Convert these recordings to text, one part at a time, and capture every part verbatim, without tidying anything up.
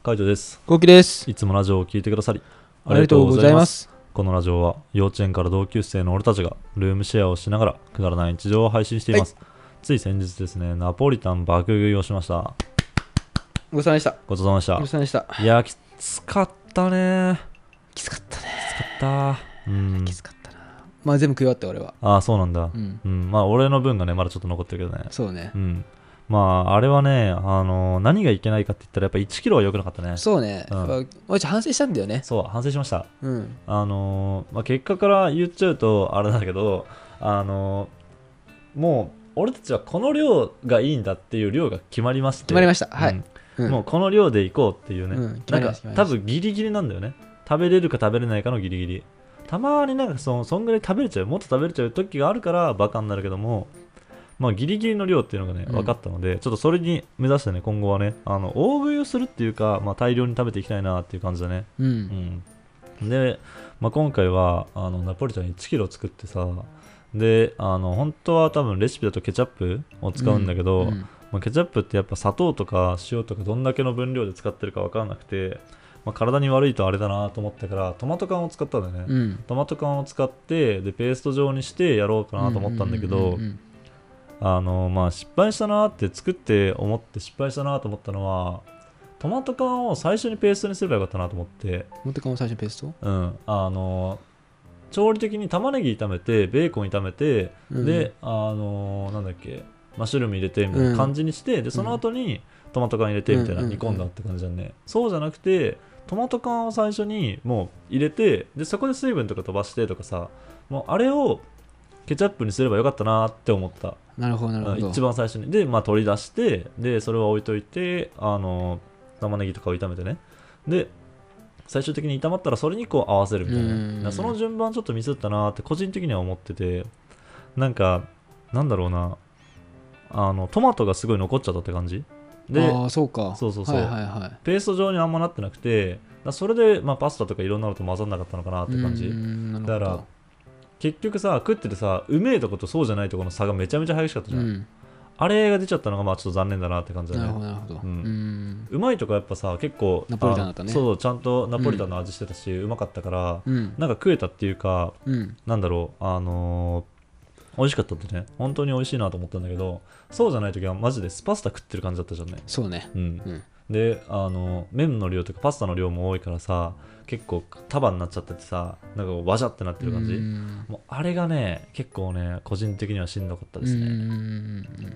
カイトです。 コウキです。 いつもラジオを聞いてくださりありがとうございます。 このラジオは幼稚園から同級生の俺たちがルームシェアをしながらくだらない日常を配信しています、はい、つい先日ですね、ナポリタン爆食いをしました。 ごちそうさまでした。 ごちそうさまでした。 ごちそうさまでした。 いやきつかったね。 きつかったね。 きつかった。うん、 きつかったな。まあ全部食い終わって俺は。 ああそうなんだ、 うんうん、まあ俺の分がねまだちょっと残ってるけどね。 そうね、 うん、まああれはね、あのー、何がいけないかって言ったらやっぱいちキロは良くなかったね。 そうね、うん、俺反省したんだよね。 そう反省しました、 うん、 あのーまあ、結果から言っちゃうとあれだけど、あのー、もう俺たちはこの量がいいんだっていう量が決まりまして、 決まりました、はい、 うん、もうこの量でいこうっていうね、うん、なんか多分ギリギリなんだよね。食べれるか食べれないかのギリギリ。たまになんか そ, そんぐらい食べれちゃう、もっと食べれちゃう時があるからバカになるけども、まあギリギリの量っていうのがね分かったので、うん、ちょっとそれに目指してね今後はね、あの大食いをするっていうか、まあ、大量に食べていきたいなっていう感じだね。 うん、 うん、で、まあ、今回はあのナポリタンいちキロ作ってさ、であの本当は多分レシピだとケチャップを使うんだけど、うんうん、まあ、ケチャップってやっぱ砂糖とか塩とかどんだけの分量で使ってるか分からなくて、まあ、体に悪いとあれだなと思ったからトマト缶を使ったんだよね、うん、トマト缶を使ってでペースト状にしてやろうかなと思ったんだけど、あのまあ失敗したなって作って思って失敗したなと思ったのは、トマト缶を最初にペーストにすればよかったなと思って。 トマト缶を最初にペースト、 うんあの調理的に玉ねぎ炒めてベーコン炒めて、うん、であのなんだっけマッシュルーム入れてみたいな感じにして、うん、でその後にトマト缶入れてみたいな、煮込んだって感じだね。そうじゃなくてトマト缶を最初にもう入れて、でそこで水分とか飛ばしてとかさ、もうあれをケチャップにすればよかったなって思った。 なるほどなるほど。 一番最初にで、まあ、取り出してでそれは置いといて、あの玉ねぎとかを炒めてね、で最終的に炒まったらそれにこう合わせるみたいな、その順番ちょっとミスったなって個人的には思ってて、なんかなんだろうな、あのトマトがすごい残っちゃったって感じで、 ああそうか、 そうそうそう、 はいはいはい、 ペースト状にあんまなってなくて、それで、まあ、パスタとかいろんなのと混ざんなかったのかなって感じ。だから結局さ食っててさ、うめえとことそうじゃないところの差がめちゃめちゃ激しかったじゃん、うん、あれが出ちゃったのがまあちょっと残念だなって感じだね。 なるほどなるほど、うん、 うまいとかやっぱさ結構ナポリタンだったね。 そうちゃんとナポリタンの味してたし、うん、うまかったから、うん、なんか食えたっていうか、うん、なんだろう、あのー、美味しかったってね、本当に美味しいなと思ったんだけど、そうじゃない時はマジでスパスタ食ってる感じだったじゃんね。 そうね、 うん、うん、であの麺の量とかパスタの量も多いからさ、結構束になっちゃっててさ、なんかわじゃってなってる感じ、もうあれがね結構ね個人的にはしんどかったですね。うん、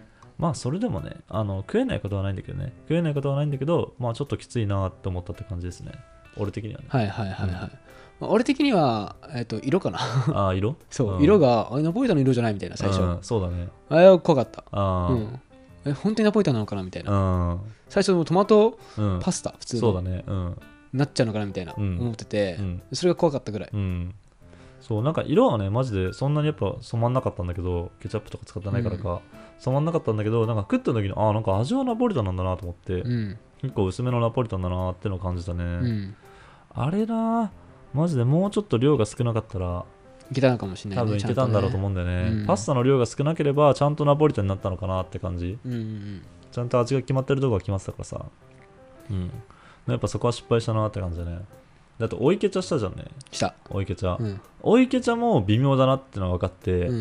まあそれでもね、あの食えないことはないんだけどね食えないことはないんだけど、まあちょっときついなって思ったって感じですね、俺的にはね。 はいはいはいはい、うん、まあ、俺的には、えー、と色かなああ色そう、うん、色がナポリタンの色じゃないみたいな最初、うん、 そうだね、 あれは怖かった。 あ、 うん、え本当にナポリタンなのかなみたいな、 うん、 最初のトマトパスタ、うん、普通のそうだね、うん、 なっちゃうのかなみたいな、うん、思ってて、うん、それが怖かったぐらい、 うん、そうなんか色はねマジでそんなにやっぱ染まんなかったんだけど、ケチャップとか使ってないからか、うん、染まんなかったんだけど、なんか食った時にあなんか味はナポリタンなんだなと思って、うん、結構薄めのナポリタンだなってのを感じたね、うん、あれなマジでもうちょっと量が少なかったらいけたのかもしれないね。 多分いけたんだろうと思うんだよね、うん、パスタの量が少なければちゃんとナポリタンになったのかなって感じ、うんうんうん、ちゃんと味が決まってるとこが決まってたからさ、うん、やっぱそこは失敗したなって感じだね。だと追いケチャしたじゃんね。 した追いケチャ、うん、追いケチャも微妙だなってのが分かって、うんうんうん、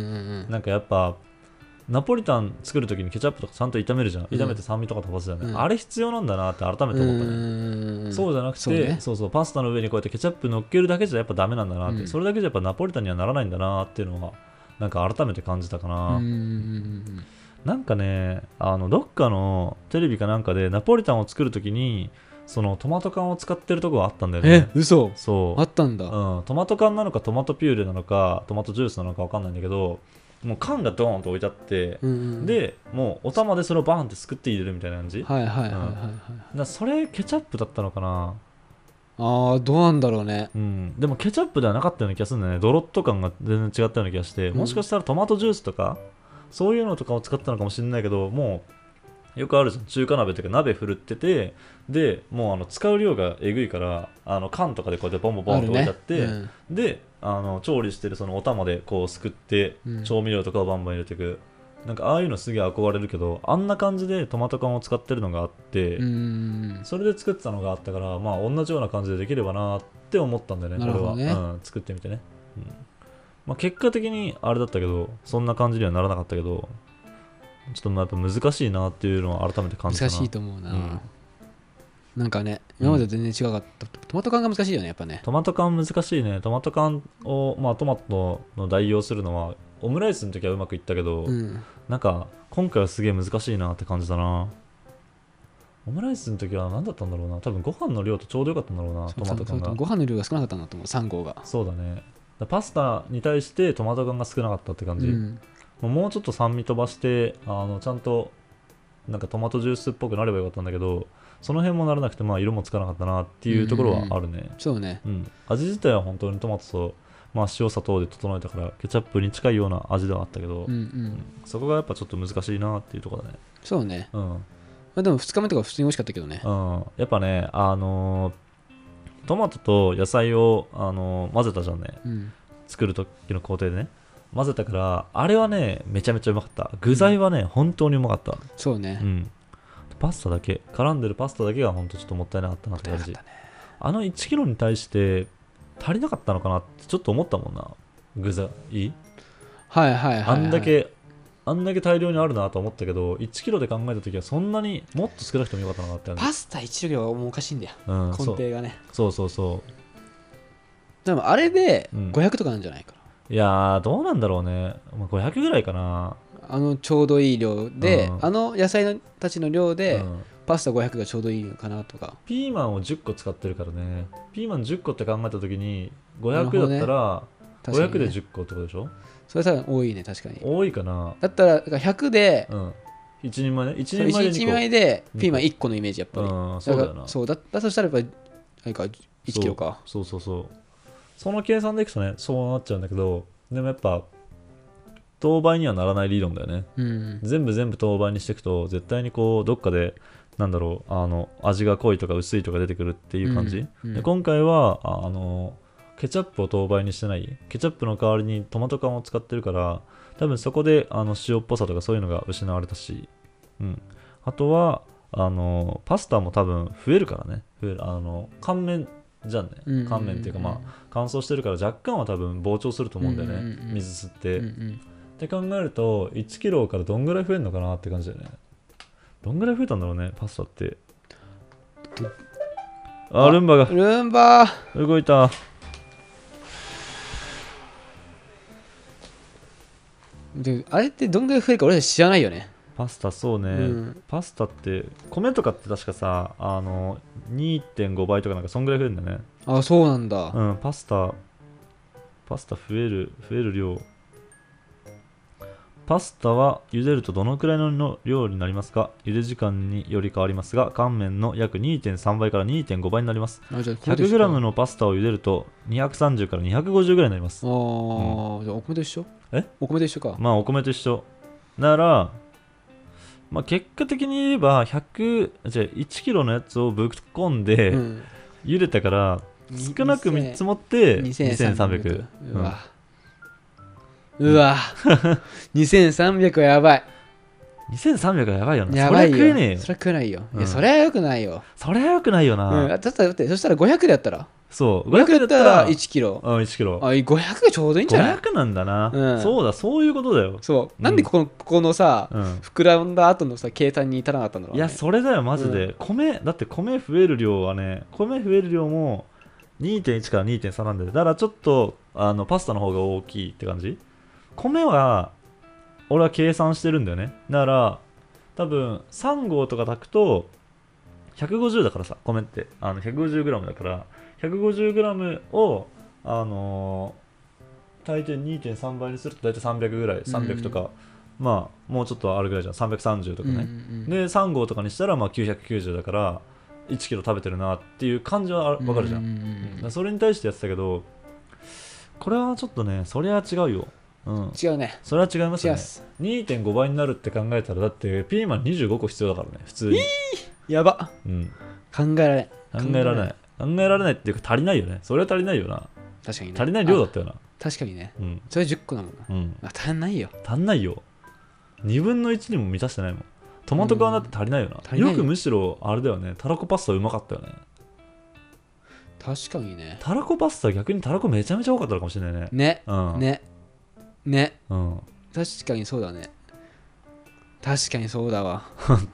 なんかやっぱナポリタン作るときにケチャップとかちゃんと炒めるじゃん、うん、炒めて酸味とか飛ばすじゃんね、うん、あれ必要なんだなって改めて思ったね。そうじゃなくてそう、ね、そうそうパスタの上にこうやってケチャップ乗っけるだけじゃやっぱダメなんだなって、うん、それだけじゃやっぱナポリタンにはならないんだなっていうのはなんか改めて感じたかな。うん、なんかねあのどっかのテレビかなんかでナポリタンを作るときにそのトマト缶を使ってるとこがあったんだよね。 え、嘘。 そうあったんだ、 うん、トマト缶なのかトマトピューレなのかトマトジュースなのか分かんないんだけど、もう缶がドーンと置いてあって、うんうん、でもうお玉でそれをバーンってすくって入れるみたいな感じ。 はいはいはいはい、はい、 うん、だそれケチャップだったのかな。 ああどうなんだろうね、 うん、でもケチャップではなかったような気がするんだよね。ドロッと感が全然違ったような気がして、うん、もしかしたらトマトジュースとかそういうのとかを使ったのかもしれないけど、もうよくあるじゃん、中華鍋とか鍋振るってて、でもうあの使う量がえぐいからあの缶とかでこうやってボンボンボンと置いてあって、ね、うん、であの調理してるそのお玉でこうすくって、うん、調味料とかをバンバン入れていく。 なんかああいうのすげえ憧れるけど、あんな感じでトマト缶を使ってるのがあって、 うんそれで作ってたのがあったから、まあ同じような感じでできればなって思ったんだよね、これは、 ね、 うん、作ってみてね、うん、まあ、結果的にあれだったけど、そんな感じにはならなかったけど、ちょっとまあやっぱ難しいなっていうのは改めて感じたな。 難しいと思うな、うん、なんかね、 うん、 今まで全然違かった。トマト缶が難しいよね、やっぱね。 トマト缶難しいね。トマト缶を、まあ、トマトの代用するのはオムライスの時はうまくいったけど、 うん、 なんか今回はすげえ難しいなって感じだな。オムライスの時は何だったんだろうな。多分ご飯の量とちょうどよかったんだろうな、トマト缶が。 ご飯の量が少なかったんだと思う、さん号が。 そうだね。だパスタに対してトマト缶が少なかったって感じ。うん、もうちょっと酸味飛ばしてあのちゃんとなんかトマトジュースっぽくなればよかったんだけど、その辺もならなくて、まあ、色もつかなかったなっていうところはあるね。 うんうん、そうね、 うん、味自体は本当にトマトと、まあ、塩砂糖で整えたからケチャップに近いような味ではあったけど、 うんうんうん、 そこがやっぱちょっと難しいなっていうところだね。 そうね、 うん、 まあ、でもふつかめとか普通に美味しかったけどね。 うん、やっぱね、あのー、トマトと野菜を、あのー、混ぜたじゃんね、うん、作る時の工程でね混ぜたから、あれはねめちゃめちゃうまかった。具材はね、うん、本当にうまかった。 そうね、 うん、パスタだけ絡んでるパスタだけが本当ちょっともったいなかったなって感じ、ね、あのいちキロに対して足りなかったのかなってちょっと思ったもんな、具材。 はいはいはい、はい、 あんだけあんだけ大量にあるなと思ったけど、いちキロで考えたときはそんなにもっと少なくてもよかったのかなって。 パスタいちキロがもうおかしいんだよ、うん、根底がね。 そうそうそうでもあれでごひゃくとかなんじゃないかな、 うん、いやーどうなんだろうね、まあ、ごひゃくぐらいかな。 あのちょうどいい量で、うん、あの野菜のたちの量で、うん、パスタごひゃくがちょうどいいのかなとか。 ピーマンをじゅっこ使ってるからね。ピーマンじゅっこって考えたときにごひゃくだったら、ね、ごひゃくでじゅっこってことでしょ。 それ多分多いね、確かに。 多いかな。 だったらひゃくで、 うん、いちにんまえね。いちにんまえでいちにんまえでピーマンいっこのイメージ、やっぱり。 うん、そうだよな。 そうだだとしたらやっぱりあれかいちキロか。 そうそうそうそう。その計算でいくとね、そうなっちゃうんだけど、でもやっぱ等倍にはならない理論だよね、うん、全部全部等倍にしていくと絶対にこうどっかでなんだろう、あの味が濃いとか薄いとか出てくるっていう感じ、うんうん、で今回はあのケチャップを等倍にしてない、ケチャップの代わりにトマト缶を使ってるから、多分そこであの塩っぽさとかそういうのが失われたし、うん、あとはあのパスタも多分増えるからね、増える、あの乾麺じゃんね、乾麺っていうか、まあ乾燥してるから若干は多分膨張すると思うんだよね、うんうんうん、水吸って、うんうん、って考えるといちキロからどんぐらい増えるのかなって感じだよね。どんぐらい増えたんだろうね、パスタって。あ、ルンバがルンバ動いた。 であれってどんぐらい増えるか俺ら知らないよね。 パスタ、そうね、うん、パスタって米とかって確かさ、あの にてんご 倍とかなんかそんぐらい増えるんだね。 あ、そうなんだ。 うん、パスタパスタ増える増える量。パスタは茹でるとどのくらいの量になりますか。茹で時間により変わりますが、乾麺の約 にてんさん 倍から にてんご 倍になります。ひゃくグラム のパスタを茹でるとにひゃくさんじゅうからにひゃくごじゅうぐらいになります。 ああ、うん、じゃあお米と一緒。 えお米と一緒か。 まあお米と一緒なら、まあ、結果的に言えばひゃくじゃあいちキロのやつをぶっ込んで、うん、茹でたから少なくみっつ持ってにせんさんびゃく。 うわ、うん、うわにせんさんびゃくはやばい。 にせんさんびゃくはやばいよな。 やばいよ。 それは食えねえよ。 それは食えないよ、うん、いやそれはよくないよ。 それはよくないよな、 うん、だったらだってそしたらごひゃくでやったら、 そうごひゃくだったらいちキロ。 あ、いちキロ。 あ、ごひゃくがちょうどいいんじゃない。 ごひゃくなんだな、うん、そうだ、そういうことだよ。 そう、なんでここの、ここのさ、うん、膨らんだ後のさ計算に至らなかったんだろう、ね、 いやそれだよマジで、うん、米だって米増える量はね、米増える量も にてんいち から にてんさん なんだよ。だからちょっとあのパスタの方が大きいって感じ。米は俺は計算してるんだよね。だから多分さん合とか炊くとひゃくごじゅうだからさ、米ってあの ひゃくごじゅうグラム だから ひゃくごじゅうグラム をあのー、大抵 にてんさん 倍にすると大体さんびゃくぐらい、さんびゃくとか、うん、まあもうちょっとあるぐらいじゃん、さんびゃくさんじゅうとかね、うんうん、でさん合とかにしたらまあきゅうひゃくきゅうじゅうだからいちキロ食べてるなっていう感じはわかるじゃん、うんうんうん、それに対してやってたけど、これはちょっとね、それは違うよ。うん、 違うね。 それは違いますね。にてんご 倍になるって考えたら、だってピーマンにじゅうごこ必要だからね、普通に。 やば、うん、考えられない。 考えられない。考えられないっていうか足りないよね。それは足りないよな。 確かにね。 足りない量だったよな。 確かにね。うん、それじゅっこだもんな。うん、あ、足んないよ。 足んないよ。 にぶんのいちにも満たしてないもん。トマト缶だって足りないよな、 足りないよよくむしろあれだよね、たらこパスタうまかったよね。 確かにね。 たらこパスタ逆にたらこめちゃめちゃ多かったのかもしれないね。 ね、 うんねね、 うん、 確かにそうだね。確かにそうだわ。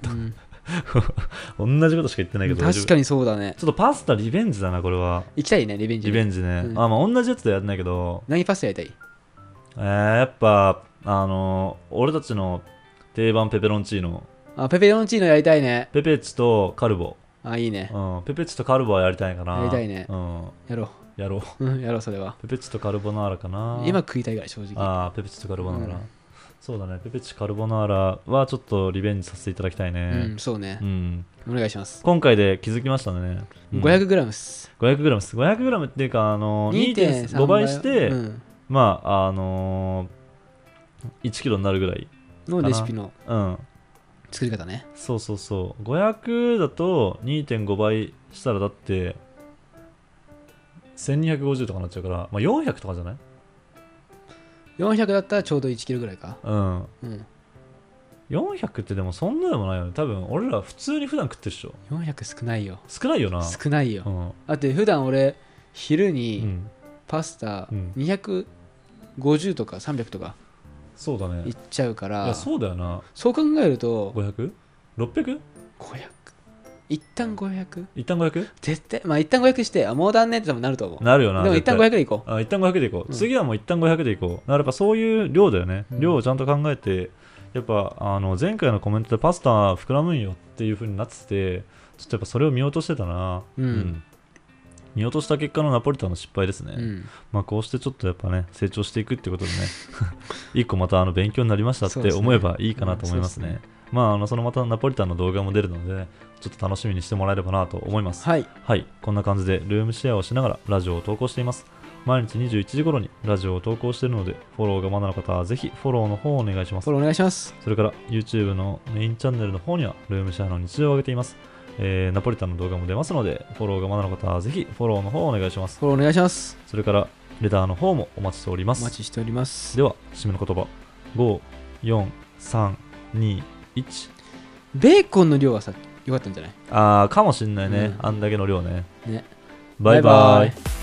うん、同じことしか言ってないけど確かにそうだね。 ちょっとパスタリベンジだなこれは。 行きたいねリベンジ。 リベンジね、うん、あまあ同じやつでやんないけど。 何パスタやりたい？ えー、やっぱあのー、俺たちの定番ペペロンチーノ。 あ、ペペロンチーノやりたいね。 ペペッチとカルボ。 あ、いいね。 うん、ペペッチとカルボはやりたいかな。 やりたいね。 うん、 やろう。やろう。うん、やろう、それは。 ペペッチとカルボナーラかな。 今食いたいぐらい、正直。 ああ、ペペッチとカルボナーラ。 うん、 そうだね、ペペッチカルボナーラはちょっとリベンジさせていただきたいね。 うん、そうね。 うん。 お願いします。 今回で気づきましたね。 うん、ごひゃくグラム っす。 ごひゃくグラム です。ごひゃくグラム っていうか、あのー、にてんご 倍して、うん、まあ、あのー、いちキロになるぐらいのレシピの、 うん、 作り方ね。 そうそうそう。ごひゃくだと にてんご 倍したらだってせんにひゃくごじゅうとかになっちゃうから、まあ、よんひゃくとかじゃない？ よんひゃくだったらちょうどいちキロぐらいか。 うん。 うん、 よんひゃくってでもそんなでもないよね。多分俺ら普通に普段食ってるでしょ。 よんひゃく少ないよ。 少ないよな。 少ないよ。 うん、 だって普段俺昼にパスタにひゃくごじゅうとかさんびゃくとかそうだねいっちゃうから。 いやそうだよな。 そう考えるとごひゃく？ろっぴゃく？ ごひゃく一旦ごひゃく？ 一旦ごひゃく？ 絶対まあ一旦ごひゃくしてあもうだねって多分なると思う。 なるよな。 でも一旦ごひゃくでいこう。 あ一旦ごひゃくでいこう、うん、次はもう一旦ごひゃくでいこう。だからやっぱそういう量だよね、うん、量をちゃんと考えてやっぱあの前回のコメントでパスタ膨らむんよっていう風になっててちょっとやっぱそれを見落としてたな、 うんうん、 見落とした結果のナポリタンの失敗ですね、 うん、 まあこうしてちょっとやっぱね成長していくってことでね一個またあの勉強になりましたって思えばいいかなと思いますね。まあ、あのそのまたナポリタンの動画も出るのでちょっと楽しみにしてもらえればなと思います。 はい、 はい、こんな感じでルームシェアをしながらラジオを投稿しています。毎日にじゅういちじ頃にラジオを投稿しているのでフォローがまだの方はぜひフォローの方をお願いします。 フォローお願いします。 それから YouTube のメインチャンネルの方にはルームシェアの日常を上げています。えー、ナポリタンの動画も出ますのでフォローがまだの方はぜひフォローの方をお願いします。 フォローお願いします。 それからレターの方もお待ちしております。 お待ちしております。 では締めの言葉ご、よん、さん、に、いち。 ベーコンの量はさ良かったんじゃない？ あーかもしんないね、 うん、 あんだけの量ね。 ね。 バイバイ。バイバイ。